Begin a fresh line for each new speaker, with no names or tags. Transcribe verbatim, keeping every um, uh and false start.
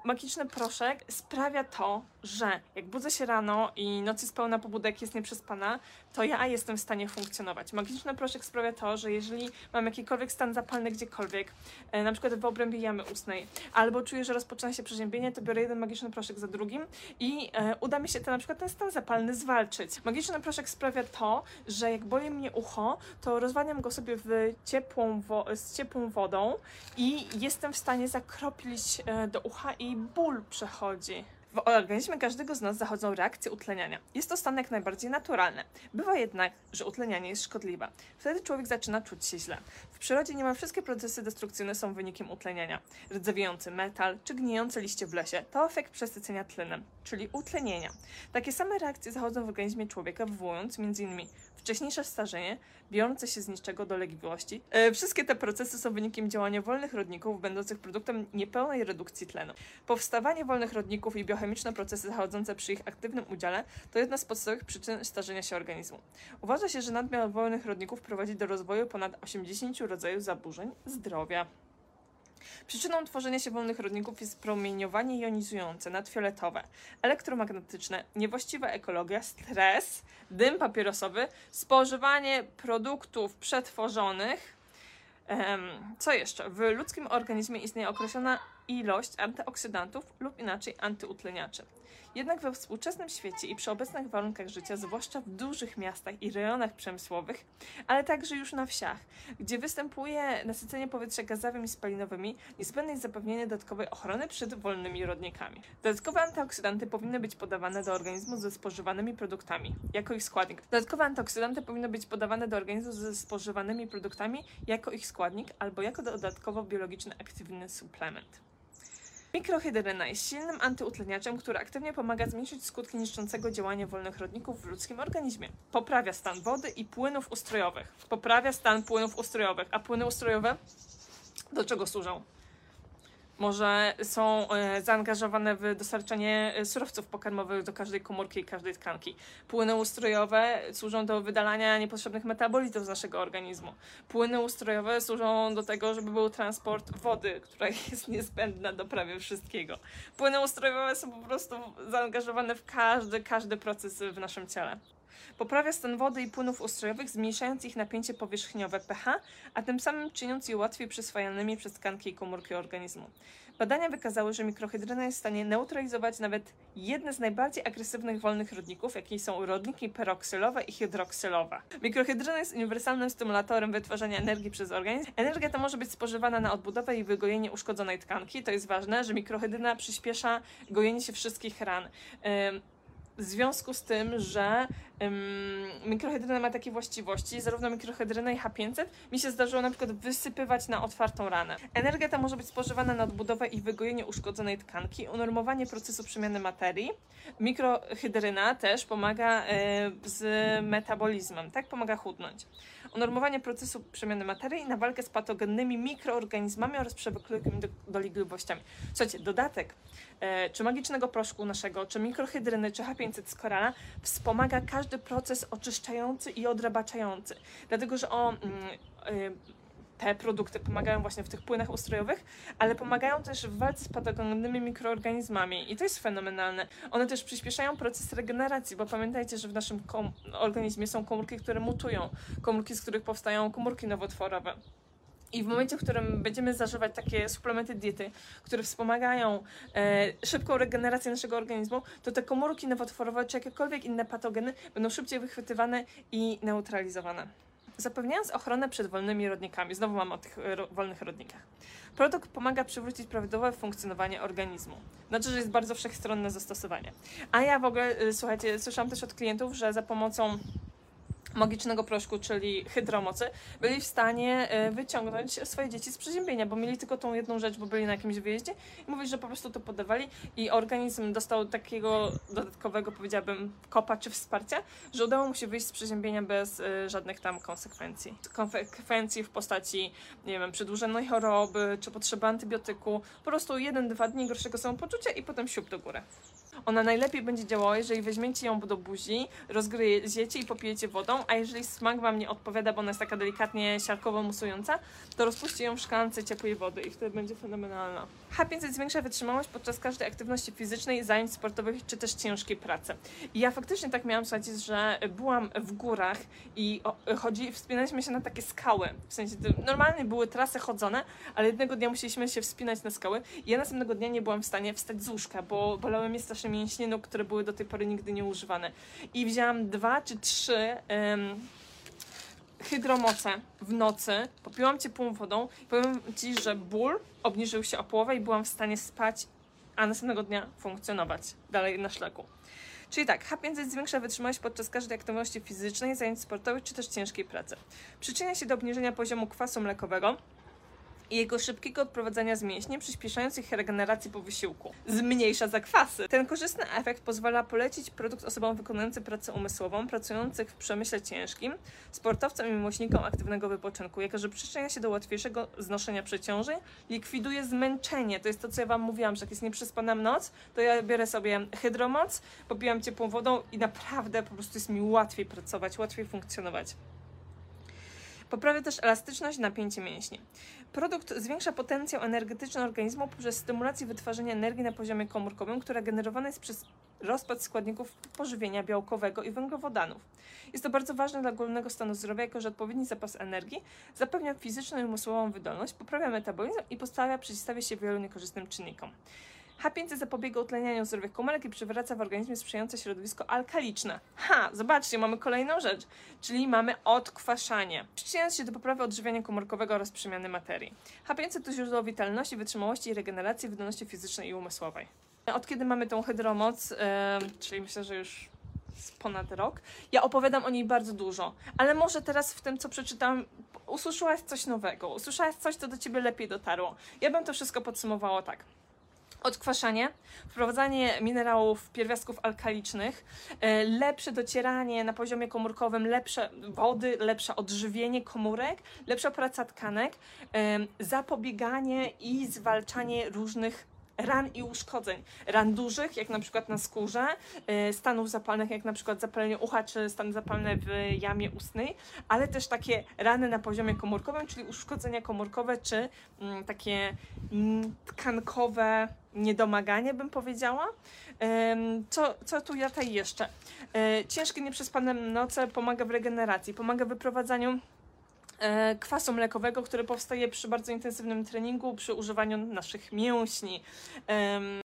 magiczny proszek sprawia to, że jak budzę się rano i noc jest pełna pobudek, jest nieprzespana, to ja jestem w stanie funkcjonować. Magiczny proszek sprawia to, że jeżeli mam jakikolwiek stan zapalny gdziekolwiek, e, na przykład w obrębie jamy ustnej, albo czuję, że rozpoczyna się przeziębienie, to biorę jeden magiczny proszek za drugim i e, uda mi się ten, na przykład ten stan zapalny zwalczyć. Magiczny proszek sprawia to, że jak boli mnie ucho, to rozwadniam go sobie w ciepłą z ciepłą wodą i jestem w stanie zakroplić e, do ucha i ból przechodzi. W organizmie każdego z nas zachodzą reakcje utleniania. Jest to stan jak najbardziej naturalny. Bywa jednak, że utlenianie jest szkodliwe. Wtedy człowiek zaczyna czuć się źle. W przyrodzie niemal wszystkie procesy destrukcyjne są wynikiem utleniania. Rdzewiejący metal czy gnijące liście w lesie to efekt przesycenia tlenem, czyli utlenienia. Takie same reakcje zachodzą w organizmie człowieka, wywołując między innymi wcześniejsze starzenie, biorące się z niczego dolegliwości. E, wszystkie te procesy są wynikiem działania wolnych rodników, będących produktem niepełnej redukcji tlenu. Powstawanie wolnych rodników i biochemiczne procesy zachodzące przy ich aktywnym udziale to jedna z podstawowych przyczyn starzenia się organizmu. Uważa się, że nadmiar wolnych rodników prowadzi do rozwoju ponad osiemdziesięciu rodzajów zaburzeń zdrowia. Przyczyną tworzenia się wolnych rodników jest promieniowanie jonizujące, nadfioletowe, elektromagnetyczne, niewłaściwa ekologia, stres, dym papierosowy, spożywanie produktów przetworzonych. Um, co jeszcze? W ludzkim organizmie istnieje określona ilość antyoksydantów lub inaczej antyutleniaczy. Jednak we współczesnym świecie i przy obecnych warunkach życia, zwłaszcza w dużych miastach i rejonach przemysłowych, ale także już na wsiach, gdzie występuje nasycenie powietrza gazowymi i spalinowymi, niezbędne jest zapewnienie dodatkowej ochrony przed wolnymi rodnikami. Dodatkowe antyoksydanty powinny być podawane do organizmu ze spożywanymi produktami, jako ich składnik. Dodatkowe antyoksydanty powinny być podawane do organizmu ze spożywanymi produktami, jako ich składnik, albo jako dodatkowo biologiczny aktywny suplement. Mikrohydryna jest silnym antyutleniaczem, który aktywnie pomaga zmniejszyć skutki niszczącego działania wolnych rodników w ludzkim organizmie. Poprawia stan wody i płynów ustrojowych. Poprawia stan płynów ustrojowych. A płyny ustrojowe do czego służą? Może są e, zaangażowane w dostarczanie surowców pokarmowych do każdej komórki i każdej tkanki. Płyny ustrojowe służą do wydalania niepotrzebnych metabolitów z naszego organizmu. Płyny ustrojowe służą do tego, żeby był transport wody, która jest niezbędna do prawie wszystkiego. Płyny ustrojowe są po prostu zaangażowane w każdy, każdy proces w naszym ciele. Poprawia stan wody i płynów ustrojowych, zmniejszając ich napięcie powierzchniowe pH, a tym samym czyniąc je łatwiej przyswajalnymi przez tkanki i komórki organizmu. Badania wykazały, że mikrohydryna jest w stanie neutralizować nawet jedne z najbardziej agresywnych wolnych rodników, jakimi są rodniki peroksylowe i hydroksylowe. Mikrohydryna jest uniwersalnym stymulatorem wytwarzania energii przez organizm. Energia ta może być spożywana na odbudowę i wygojenie uszkodzonej tkanki. To jest ważne, że mikrohydryna przyspiesza gojenie się wszystkich ran. W związku z tym, że um, mikrohydryna ma takie właściwości, zarówno mikrohydryna i H pięćset mi się zdarzyło na przykład wysypywać na otwartą ranę. Energia ta może być spożywana na odbudowę i wygojenie uszkodzonej tkanki, unormowanie procesu przemiany materii. Mikrohydryna też pomaga e, z metabolizmem, tak? Pomaga chudnąć. Unormowanie procesu przemiany materii na walkę z patogennymi mikroorganizmami oraz przewlekłymi dolegliwościami. Słuchajcie, dodatek e, czy magicznego proszku naszego, czy mikrohydryny, czy H pięćset z korala wspomaga każdy proces oczyszczający i odrabaczający. Dlatego, że o, mm, y, te produkty pomagają właśnie w tych płynach ustrojowych, ale pomagają też w walce z patogennymi mikroorganizmami i to jest fenomenalne. One też przyspieszają proces regeneracji, bo pamiętajcie, że w naszym organizmie są komórki, które mutują, komórki, z których powstają komórki nowotworowe. I w momencie, w którym będziemy zażywać takie suplementy diety, które wspomagają e, szybką regenerację naszego organizmu, to te komórki nowotworowe czy jakiekolwiek inne patogeny będą szybciej wychwytywane i neutralizowane. Zapewniając ochronę przed wolnymi rodnikami, znowu mam o tych ro wolnych rodnikach, produkt pomaga przywrócić prawidłowe funkcjonowanie organizmu. Znaczy, że jest bardzo wszechstronne zastosowanie. A ja w ogóle, słuchajcie, słyszałam też od klientów, że za pomocą magicznego proszku, czyli hydromocy, byli w stanie wyciągnąć swoje dzieci z przeziębienia, bo mieli tylko tą jedną rzecz, bo byli na jakimś wyjeździe i mówić, że po prostu to podawali i organizm dostał takiego dodatkowego, powiedziałabym, kopa czy wsparcia, że udało mu się wyjść z przeziębienia bez y, żadnych tam konsekwencji. Konsekwencji w postaci, nie wiem, przedłużonej choroby, czy potrzeby antybiotyku, po prostu jeden, dwa dni gorszego samopoczucia i potem siup do góry. Ona najlepiej będzie działała, jeżeli weźmiecie ją do buzi, rozgryziecie i popijecie wodą a jeżeli smak Wam nie odpowiada, bo ona jest taka delikatnie siarkowo musująca, to rozpuśćcie ją w szklance ciepłej wody i wtedy będzie fenomenalna. H pięćset zwiększa wytrzymałość podczas każdej aktywności fizycznej, zajęć sportowych czy też ciężkiej pracy. I ja faktycznie tak miałam, słuchajcie, że byłam w górach i o, chodzi, wspinaliśmy się na takie skały. W sensie normalnie były trasy chodzone, ale jednego dnia musieliśmy się wspinać na skały i ja następnego dnia nie byłam w stanie wstać z łóżka, bo bolały mnie strasznie mięśnie nóg, które były do tej pory nigdy nie używane. I wzięłam dwa czy trzy um, hydromoce w nocy, popiłam ciepłą wodą i powiem Ci, że ból obniżył się o połowę i byłam w stanie spać, a następnego dnia funkcjonować dalej na szlaku. Czyli tak, H pięćset zwiększa wytrzymałość podczas każdej aktywności fizycznej, zajęć sportowych czy też ciężkiej pracy. Przyczynia się do obniżenia poziomu kwasu mlekowego i jego szybkiego odprowadzania z mięśni, przyspieszając ich regenerację po wysiłku. Zmniejsza zakwasy. Ten korzystny efekt pozwala polecić produkt osobom wykonującym pracę umysłową, pracujących w przemyśle ciężkim, sportowcom i miłośnikom aktywnego wypoczynku, jako że przyczynia się do łatwiejszego znoszenia przeciążeń, likwiduje zmęczenie. To jest to, co ja Wam mówiłam, że jak jest nieprzespana noc, to ja biorę sobie hydromoc, popijam ciepłą wodą i naprawdę po prostu jest mi łatwiej pracować, łatwiej funkcjonować. Poprawia też elastyczność i napięcie mięśni. Produkt zwiększa potencjał energetyczny organizmu poprzez stymulację wytwarzania energii na poziomie komórkowym, która generowana jest przez rozpad składników pożywienia białkowego i węglowodanów. Jest to bardzo ważne dla ogólnego stanu zdrowia, jako że odpowiedni zapas energii zapewnia fizyczną i umysłową wydolność, poprawia metabolizm i postawia przeciwstawia się wielu niekorzystnym czynnikom. H pięćset zapobiega utlenianiu zdrowych komórek i przywraca w organizmie sprzyjające środowisko alkaliczne. Ha, zobaczcie, mamy kolejną rzecz, czyli mamy odkwaszanie, przyczyniając się do poprawy odżywiania komórkowego oraz przemiany materii. H pięćset to źródło witalności, wytrzymałości i regeneracji wydolności fizycznej i umysłowej. Od kiedy mamy tą hydromoc, yy, czyli myślę, że już ponad rok, ja opowiadam o niej bardzo dużo, ale może teraz w tym, co przeczytałam, usłyszałaś coś nowego, usłyszałaś coś, co do Ciebie lepiej dotarło. Ja bym to wszystko podsumowała tak. Odkwaszanie, wprowadzanie minerałów, pierwiastków alkalicznych, lepsze docieranie na poziomie komórkowym, lepsze wody, lepsze odżywienie komórek, lepsza praca tkanek, zapobieganie i zwalczanie różnych ran i uszkodzeń. Ran dużych, jak na przykład na skórze, stanów zapalnych, jak na przykład zapalenie ucha, czy stany zapalne w jamie ustnej, ale też takie rany na poziomie komórkowym, czyli uszkodzenia komórkowe, czy mm, takie mm, tkankowe niedomaganie, bym powiedziała. Co, co tu ja tutaj jeszcze? Ciężkie, nieprzespane noce pomaga w regeneracji, pomaga w wyprowadzaniu kwasu mlekowego, który powstaje przy bardzo intensywnym treningu, przy używaniu naszych mięśni.